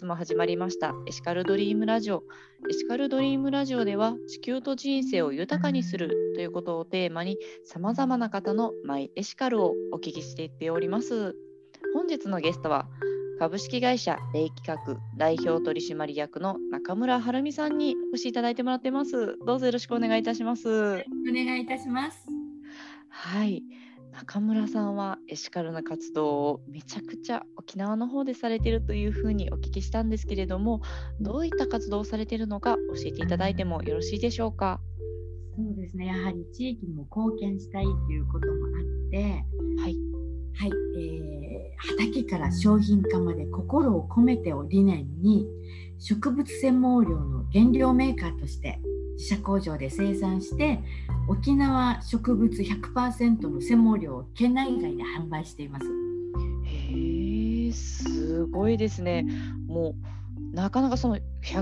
も始まりましたエシカルドリームラジオ。エシカルドリームラジオでは地球と人生を豊かにするということをテーマにさまざまな方のマイエシカルをお聞きしていっております。本日のゲストは株式会社レイ企画代表取締役の中村晴美さんにお越しいただいてもらってます。どうぞよろしくお願いいたします。 お願いいたします。 はい、中村さんはエシカルな活動をめちゃくちゃ沖縄の方でされているというふうにお聞きしたんですけれども、どういった活動をされているのか教えていただいてもよろしいでしょうか。 そうですね、やはり地域にも貢献したいということもあって、 はい、 畑から商品化まで心を込めてを理念に植物繊毛料の原料メーカーとして自社工場で生産して沖縄植物 100% の繊毛料を県内外で販売しています。 へえ、すごいですね。もうなかなかその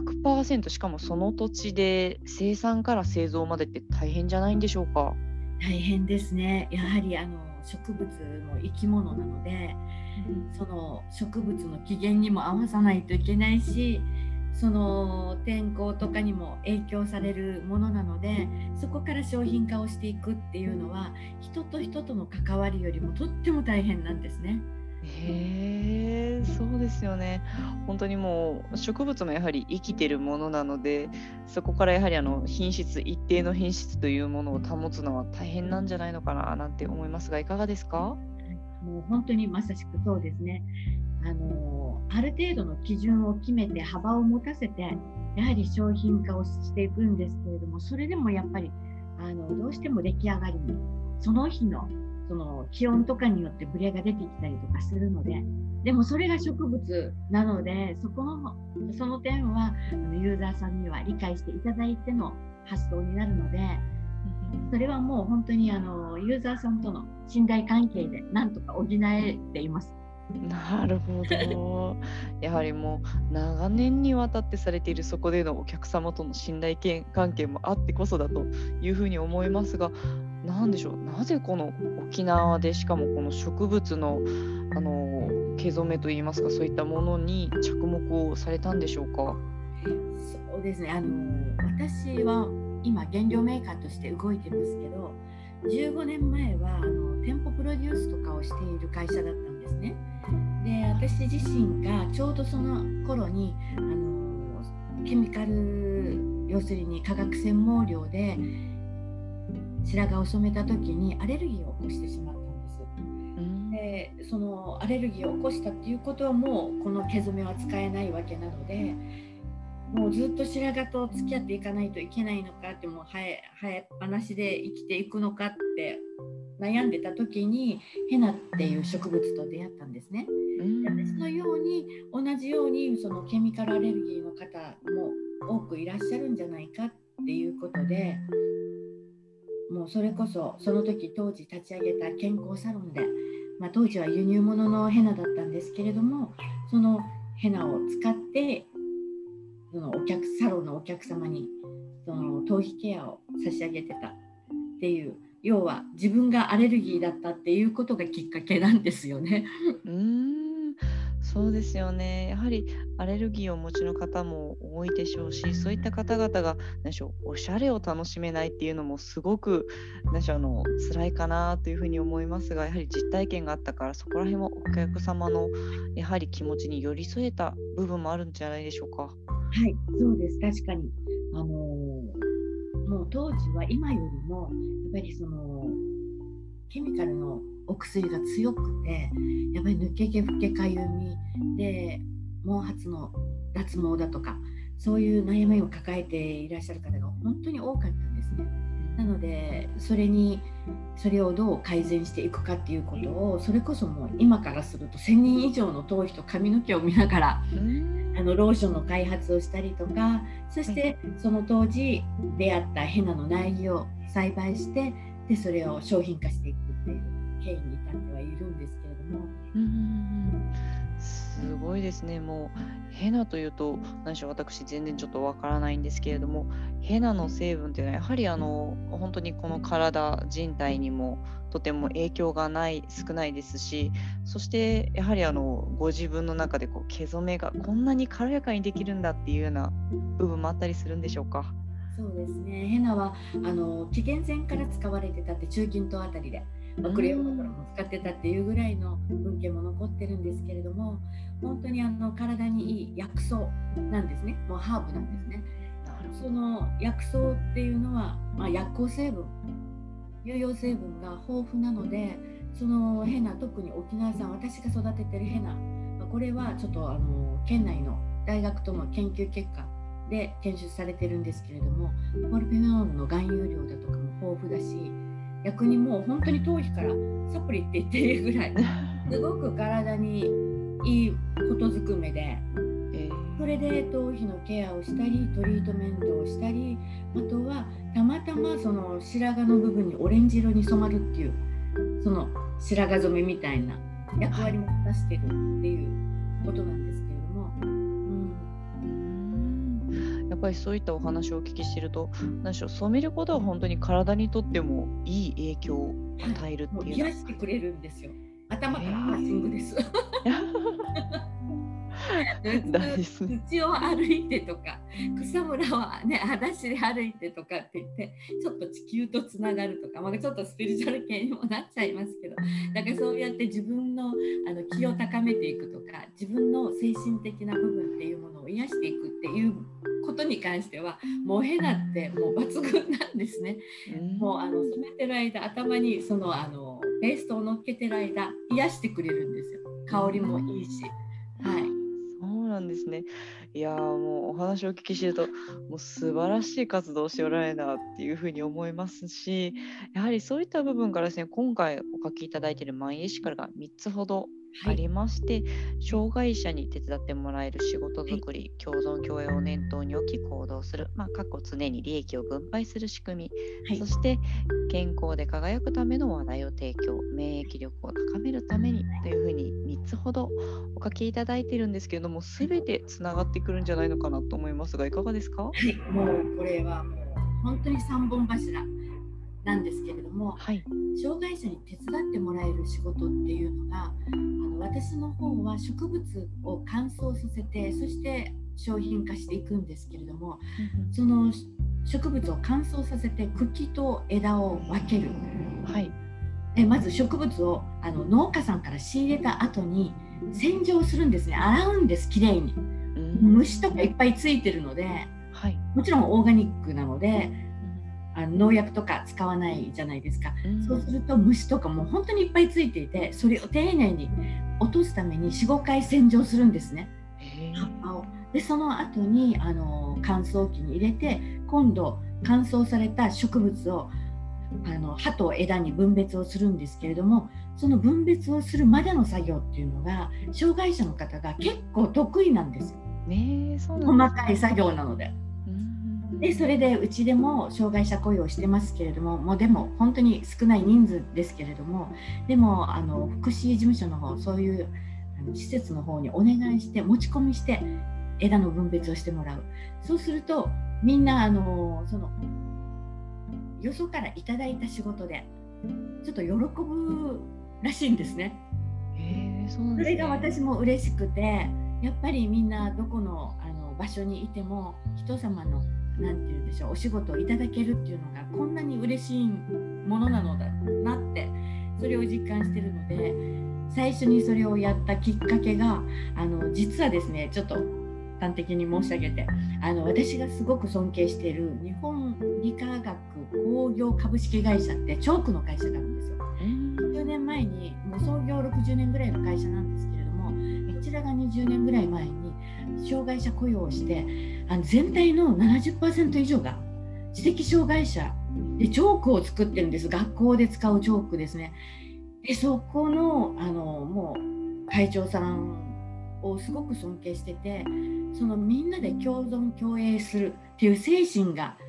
100% しかもその土地で生産から製造までって大変じゃないんでしょうか。 大変ですね。やはり植物も生き物なので、その植物の起源にも合わさないといけないし、その天候とかにも影響されるものなので、そこから商品化をしていくっていうのは人と人との関わりよりもとっても大変なんですね。 へえ、そうですよね。本当にもう植物もやはり生きてるものなので、そこからやはり一定の品質というものを保つのは大変なんじゃないのかななんて思いますが、いかがですか？ もう本当にまさしくそうですね。ある程度の基準を決めて幅を持たせてやはり商品化をしていくんですけれども、それでもやっぱりどうしても出来上がりにその日のその気温とかによってブレが出てきたりとかするので、でもそれが植物なのでその点はユーザーさんには理解していただいての発想になるので、それはもう本当にユーザーさんとの信頼関係でなんとか補えています。 なるほど。やはりもう長年にわたってされているそこでのお客様との信頼関係もあってこそだというふうに思いますが、なんでしょう、なぜこの沖縄でしかもこの植物の毛染めといいますか、そういったものに着目をされたんでしょうか。 そうですね、私は今原料メーカーとして動いてますけど、15年前は店舗プロデュースとかをしている会社だったんですね。で、私自身がちょうどその頃にケミカル、要するに化学繊毛料で白髪を染めた時にアレルギーを起こしてしまったんです。で、そのアレルギーを起こしたっていうことはもうこの毛染めは使えないわけなので、もうずっと白髪と付き合っていかないといけないのかって、もう生えっぱなしで生きていくのかって悩んでた時にヘナっていう植物と出会ったんですね。私のように同じようにそのケミカルアレルギーの方も多くいらっしゃるんじゃないかっていうことで、もうそれこそその時当時立ち上げた健康サロンで、当時は輸入物のヘナだったんですけれども、そのヘナを使ってそのサロンのお客様にその頭皮ケアを差し上げてたっていう、要は自分がアレルギーだったっていうことがきっかけなんですよね。 そうですよね。やはりアレルギーをお持ちの方も多いでしょうし、そういった方々がおしゃれを楽しめないっていうのもすごく辛いかなというふうに思いますが、やはり実体験があったから、そこら辺もお客様のやはり気持ちに寄り添えた部分もあるんじゃないでしょうか。 はい、そうです。確かにもう当時は今よりもやっぱりそのケミカルのお薬が強くて、やっぱり抜け毛、老け、かゆみで毛髪の脱毛だとか、そういう悩みを抱えていらっしゃる方が本当に多かったんですね。なのでそれをどう改善していくかっていうことを、それこそもう今からすると1000人以上の頭皮と髪の毛を見ながらローションの開発をしたりとか、そしてその当時出会ったヘナの苗木を栽培して、でそれを商品化していくっていう経緯に至ってはいるんですけれども、 すごいですね。もうヘナというと何でしょう、私全然ちょっとわからないんですけれども、ヘナの成分というのはやはり本当にこの体人体にもとても影響が少ないですし、そしてやはりご自分の中でこう毛染めがこんなに軽やかにできるんだっていうような部分もあったりするんでしょうか。 そうですね。ヘナは紀元前から使われてたって、中近東あたりでクレオパトラも使ってたっていうぐらいの文献も残ってるんですけれども、本当に体にいい薬草なんですね。もうハーブなんですね。その薬草っていうのは、薬効成分、有用成分が豊富なので、そのヘナ、特に沖縄産、私が育ててるヘナ、これはちょっと県内の大学との研究結果で検出されてるんですけれども、ポリフェノールの含有量だとかも豊富だし、逆にもう本当に頭皮からサプリって言っているぐらいすごく体にいいことずくめで、それで頭皮のケアをしたりトリートメントをしたり、あとはたまたまその白髪の部分にオレンジ色に染まるっていう、その白髪染めみたいな役割も果たしてるっていうことなんですけれども、 やっぱりそういったお話をお聞きしていると、何でしょう、染めることは本当に体にとってもいい影響を与えるっていう、 癒してくれるんですよ。頭からパッシングです。土を歩いてとか草むらをね裸足で歩いてとかって言って、ちょっと地球とつながるとか、ちょっとスピリチュアル系にもなっちゃいますけど、だからそうやって自分の気を高めていくとか、自分の精神的な部分っていうものを癒していくっていうことに関しては、もうヘナってもう抜群なんですね。もう染めてる間、頭にそのペーストを乗っけてる間、癒してくれるんですよ。香りもいいし、はい。 そうなんですね。いやもうお話をお聞きしてると、もう素晴らしい活動をしておられるなっていうふうに思いますし、やはりそういった部分からですね、今回お書きいただいているマイエシカルが3つほどありまして、障害者に手伝ってもらえる仕事づくり、共存共栄を念頭に置き行動する、過去常に利益を分配する仕組み、そして健康で輝くための話題を提供、免疫力を高めるためにというふうに3つほどお書きいただいているんですけれども、全てつながってくるんじゃないのかなと思いますが、いかがですか？ はい、もうこれはもう本当に3本柱なんですけれども、障害者に手伝ってもらえる仕事っていうのが、私の方は植物を乾燥させて、そして商品化していくんですけれども、その植物を乾燥させて茎と枝を分ける、まず植物を農家さんから仕入れた後に洗浄するんですね。洗うんです、きれいに。虫とかいっぱいついてるので、もちろんオーガニックなので農薬とか使わないじゃないですか。そうすると虫とかも本当にいっぱいついていて、それを丁寧に落とすために 4,5 回洗浄するんですね、葉っぱを。でその後に乾燥機に入れて、今度乾燥された植物を葉と枝に分別をするんですけれども、その分別をするまでの作業っていうのが障害者の方が結構得意なんですよ。細かい作業なので。でそれでうちでも障害者雇用してますけれども、でも本当に少ない人数ですけれども、でも福祉事務所の方、そういう施設の方にお願いして持ち込みして枝の分別をしてもらう。そうするとみんなそのよそからいただいた仕事でちょっと喜ぶらしいんですね。それが私も嬉しくて、やっぱりみんなどこの場所にいても人様のなんていうんでしょう、お仕事をいただけるっていうのがこんなに嬉しいものなのだなって、それを実感しているので、最初にそれをやったきっかけが実はですね、ちょっと端的に申し上げて、私がすごく尊敬している日本理化学工業株式会社ってチョークの会社があるんですよ。10年前に、もう創業60年ぐらいの会社なんですけれども、こちらが20年ぐらい前に障害者雇用をして、全体の 70% 以上が知的障害者でチョークを作ってるんです。学校で使うチョークですね。でそこのもう会長さんをすごく尊敬してて、そのみんなで共存共栄するっていう精神が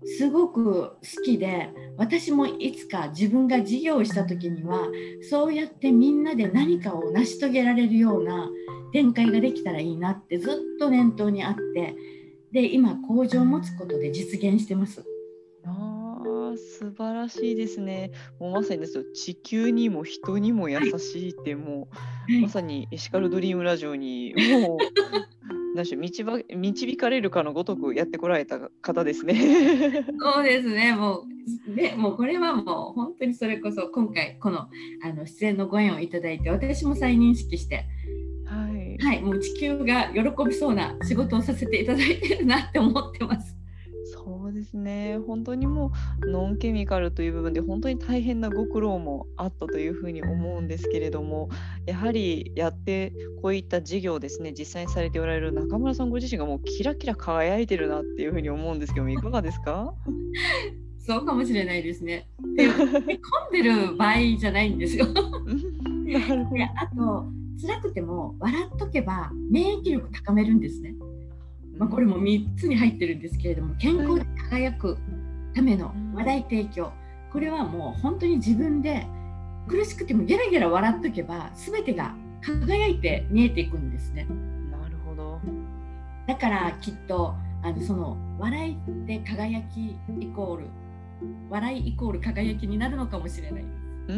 すごく好きで、私もいつか自分が事業をした時にはそうやってみんなで何かを成し遂げられるような展開ができたらいいなってずっと念頭にあって、で今工場を持つことで実現してます。 素晴らしいですね。もうまさにですよ、地球にも人にも優しいって、もうまさにエシカルドリームラジオにもう何でしょう、導かれるかのごとくやってこられた方ですね。 そうですね。もうこれはもう本当にそれこそ今回この出演のご縁をいただいて、私も再認識して、はい、もう地球が喜びそうな仕事をさせていただいてるなって思ってます。 そうですね、本当にもうノンケミカルという部分で本当に大変なご苦労もあったというふうに思うんですけれども、やはりやってこういった事業をですね、実際にされておられる中村さんご自身がもうキラキラ輝いてるなっていうふうに思うんですけども、いかがですか？ そうかもしれないですね。で、混んでる場合じゃないんですよ。 なるほど。 で、あと辛くても笑っとけば免疫力高めるんですね。これも3つに入ってるんですけれども、健康で輝くための話題提供、これはもう本当に自分で苦しくてもゲラゲラ笑っとけば全てが輝いて見えていくんですね。 なるほど。 だからきっとその笑いって輝きイコール笑いイコール輝きになるのかもしれないです。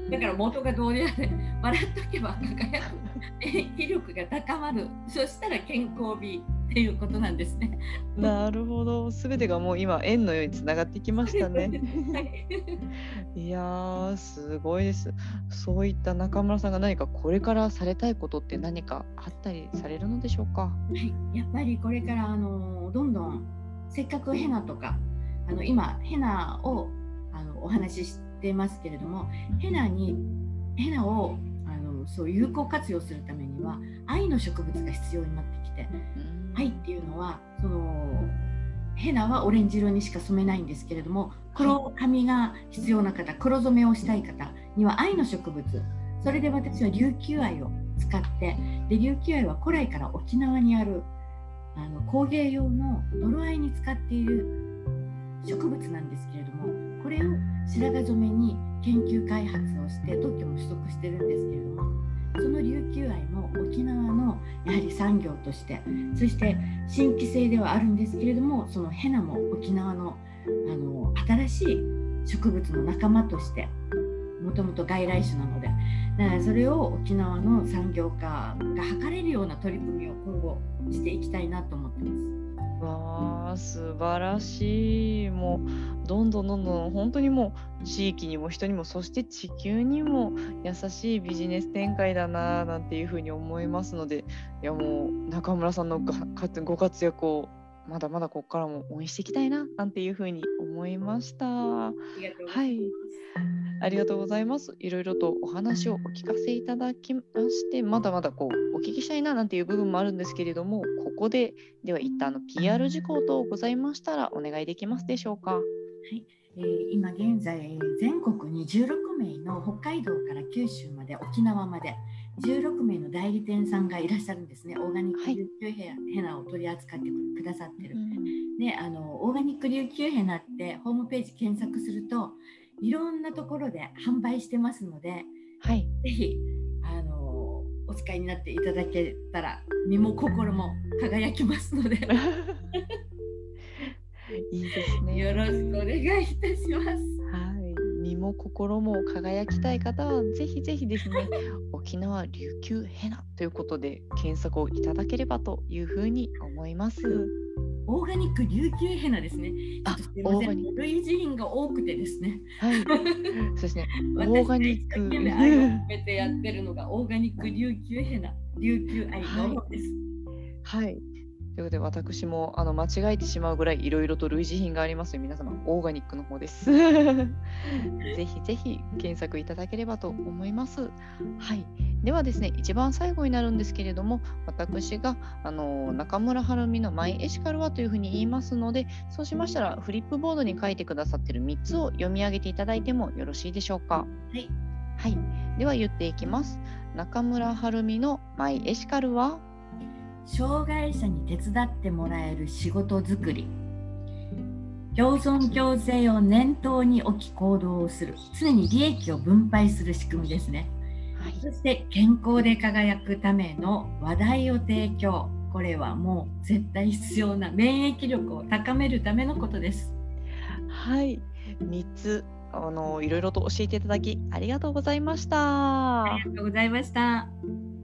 だから元がどうであれ笑っとけば輝く免疫力が高まる、そしたら健康美っていうことなんですね。 なるほど、すべてがもう今円のようにつながってきましたね。いやー、すごいです。そういった中村さんが何かこれからされたいことって何かあったりされるのでしょうか？ はい、やっぱりこれからどんどんせっかくヘナとか今ヘナをお話ししてますけれども、ヘナをそう有効活用するためには愛の植物が必要になってきて、愛っていうのはヘナはオレンジ色にしか染めないんですけれども、黒髪が必要な方、黒染めをしたい方には愛の植物、それで私は琉球愛を使って、で琉球愛は古来から沖縄にある工芸用の泥藍に使っている植物なんですけれども、これを白髪染めに研究開発をして特許も取得してるんですけれども、その琉球愛も沖縄のやはり産業として、そして新規性ではあるんですけれども、そのヘナも沖縄の新しい植物の仲間として、もともと外来種なので、だからそれを沖縄の産業化が図れるような取り組みを今後していきたいなと思ってます。 わー、素晴らしい。もうどんどん本当にもう地域にも人にも、そして地球にも優しいビジネス展開だななんていうふうに思いますので、いやもう中村さんのご活躍をまだまだここからも応援していきたいななんていうふうに思いました。 ありがとうございます。 ありがとうございます。いろいろとお話をお聞かせいただきまして、まだまだお聞きしたいななんていう部分もあるんですけれども、ここでは一旦PR 事項等ございましたらお願いできますでしょうか？ はい、今現在全国に16名の北海道から九州まで沖縄まで16名の代理店さんがいらっしゃるんですね。オーガニック琉球ヘナを取り扱ってくださってる。でオーガニック琉球ヘナってホームページ検索するといろんなところで販売してますので、ぜひお使いになっていただけたら身も心も輝きますのでいいですね。 よろしくお願いいたします。 身も心も輝きたい方はぜひぜひですね沖縄琉球ヘナということで検索をいただければというふうに思います。 オーガニック琉球ヘナですね。ちょっとすみません、類似品が多くてですね。 そうですね。オーガニック。 愛を込めてやってるのがオーガニック琉球ヘナ、琉球愛の方です。 ということで私も間違えてしまうぐらいいろいろと類似品がありますので、皆様オーガニックの方です。ぜひぜひ検索いただければと思います。ではですね、一番最後になるんですけれども、私が中村晴美のマイエシカルはというふうに言いますので、そうしましたらフリップボードに書いてくださっている3つを読み上げていただいてもよろしいでしょうか？では言っていきます。中村晴美のマイエシカルは、 障害者に手伝ってもらえる仕事づくり。 共存共生を念頭に置き行動をする、常に利益を分配する仕組みですね。 はい。 そして健康で輝くための話題を提供、これはもう絶対必要な免疫力を高めるためのことです。 はい。3ついろいろと教えていただきありがとうございました。 ありがとうございました。